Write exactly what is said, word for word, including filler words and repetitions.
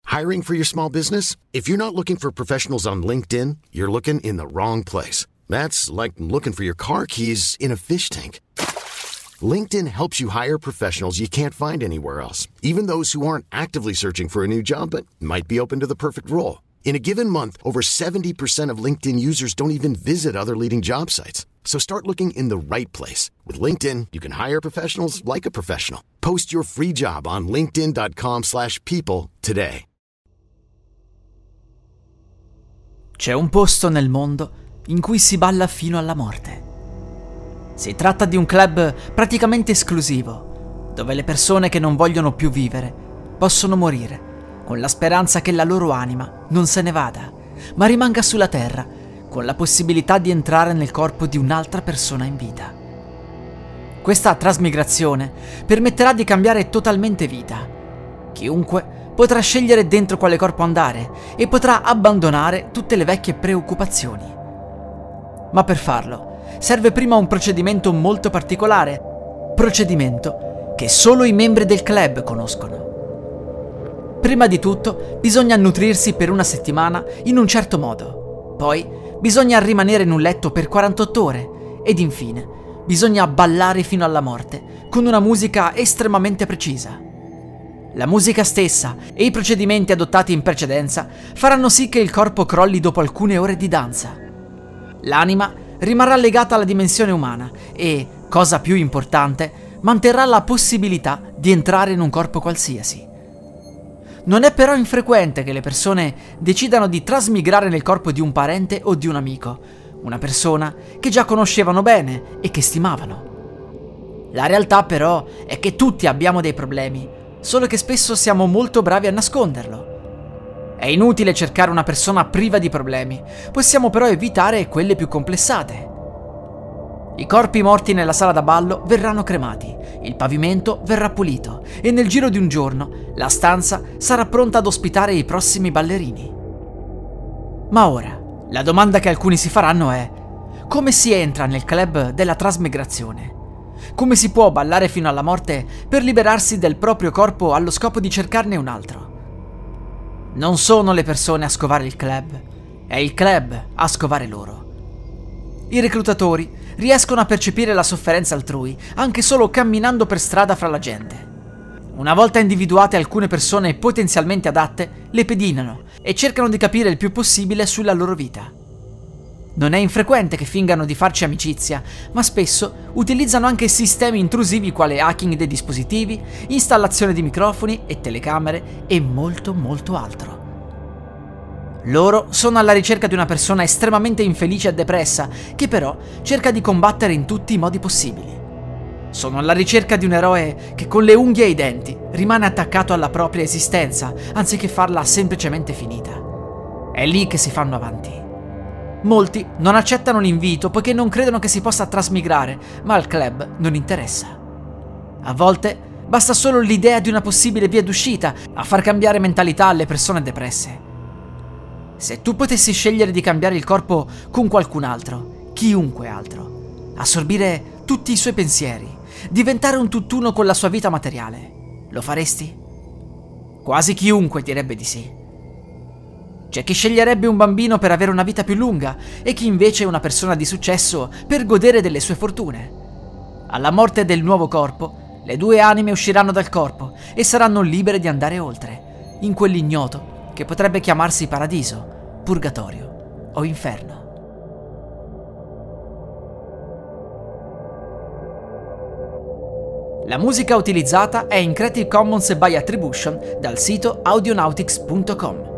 Hiring for your small business? If you're not looking for professionals on LinkedIn, you're looking in the wrong place. That's like looking for your car keys in a fish tank. LinkedIn helps you hire professionals you can't find anywhere else, even those who aren't actively searching for a new job but might be open to the perfect role. In a given month, over seventy percent of LinkedIn users don't even visit other leading job sites. So start looking in the right place. With LinkedIn, you can hire professionals like a professional. Post your free job on linkedin.com slash people today. C'è un posto nel mondo in cui si balla fino alla morte. Si tratta di un club praticamente esclusivo, dove le persone che non vogliono più vivere possono morire, con la speranza che la loro anima non se ne vada, ma rimanga sulla terra, con la possibilità di entrare nel corpo di un'altra persona in vita. Questa trasmigrazione permetterà di cambiare totalmente vita. Chiunque potrà scegliere dentro quale corpo andare e potrà abbandonare tutte le vecchie preoccupazioni. Ma per farlo serve prima un procedimento molto particolare, procedimento che solo i membri del club conoscono. Prima di tutto bisogna nutrirsi per una settimana in un certo modo, poi bisogna rimanere in un letto per quarantotto ore ed infine bisogna ballare fino alla morte con una musica estremamente precisa. La musica stessa e i procedimenti adottati in precedenza faranno sì che il corpo crolli dopo alcune ore di danza. L'anima rimarrà legata alla dimensione umana e, cosa più importante, manterrà la possibilità di entrare in un corpo qualsiasi. Non è però infrequente che le persone decidano di trasmigrare nel corpo di un parente o di un amico, una persona che già conoscevano bene e che stimavano. La realtà però è che tutti abbiamo dei problemi, solo che spesso siamo molto bravi a nasconderlo. È inutile cercare una persona priva di problemi, possiamo però evitare quelle più complessate. I corpi morti nella sala da ballo verranno cremati, il pavimento verrà pulito e nel giro di un giorno la stanza sarà pronta ad ospitare i prossimi ballerini. Ma ora, la domanda che alcuni si faranno è: come si entra nel club della trasmigrazione? Come si può ballare fino alla morte per liberarsi del proprio corpo allo scopo di cercarne un altro? Non sono le persone a scovare il club, è il club a scovare loro. I reclutatori riescono a percepire la sofferenza altrui anche solo camminando per strada fra la gente. Una volta individuate alcune persone potenzialmente adatte, le pedinano e cercano di capire il più possibile sulla loro vita. Non è infrequente che fingano di farci amicizia, ma spesso utilizzano anche sistemi intrusivi quale hacking dei dispositivi, installazione di microfoni e telecamere e molto molto altro. Loro sono alla ricerca di una persona estremamente infelice e depressa, che però cerca di combattere in tutti i modi possibili. Sono alla ricerca di un eroe che con le unghie e i denti rimane attaccato alla propria esistenza, anziché farla semplicemente finita. È lì che si fanno avanti. Molti non accettano l'invito poiché non credono che si possa trasmigrare, ma al club non interessa. A volte basta solo l'idea di una possibile via d'uscita a far cambiare mentalità alle persone depresse. Se tu potessi scegliere di cambiare il corpo con qualcun altro, chiunque altro, assorbire tutti i suoi pensieri, diventare un tutt'uno con la sua vita materiale, lo faresti? Quasi chiunque direbbe di sì. C'è chi sceglierebbe un bambino per avere una vita più lunga e chi invece una persona di successo per godere delle sue fortune. Alla morte del nuovo corpo, le due anime usciranno dal corpo e saranno libere di andare oltre, in quell'ignoto che potrebbe chiamarsi paradiso, purgatorio o inferno. La musica utilizzata è in Creative Commons by Attribution dal sito audionautics punto com.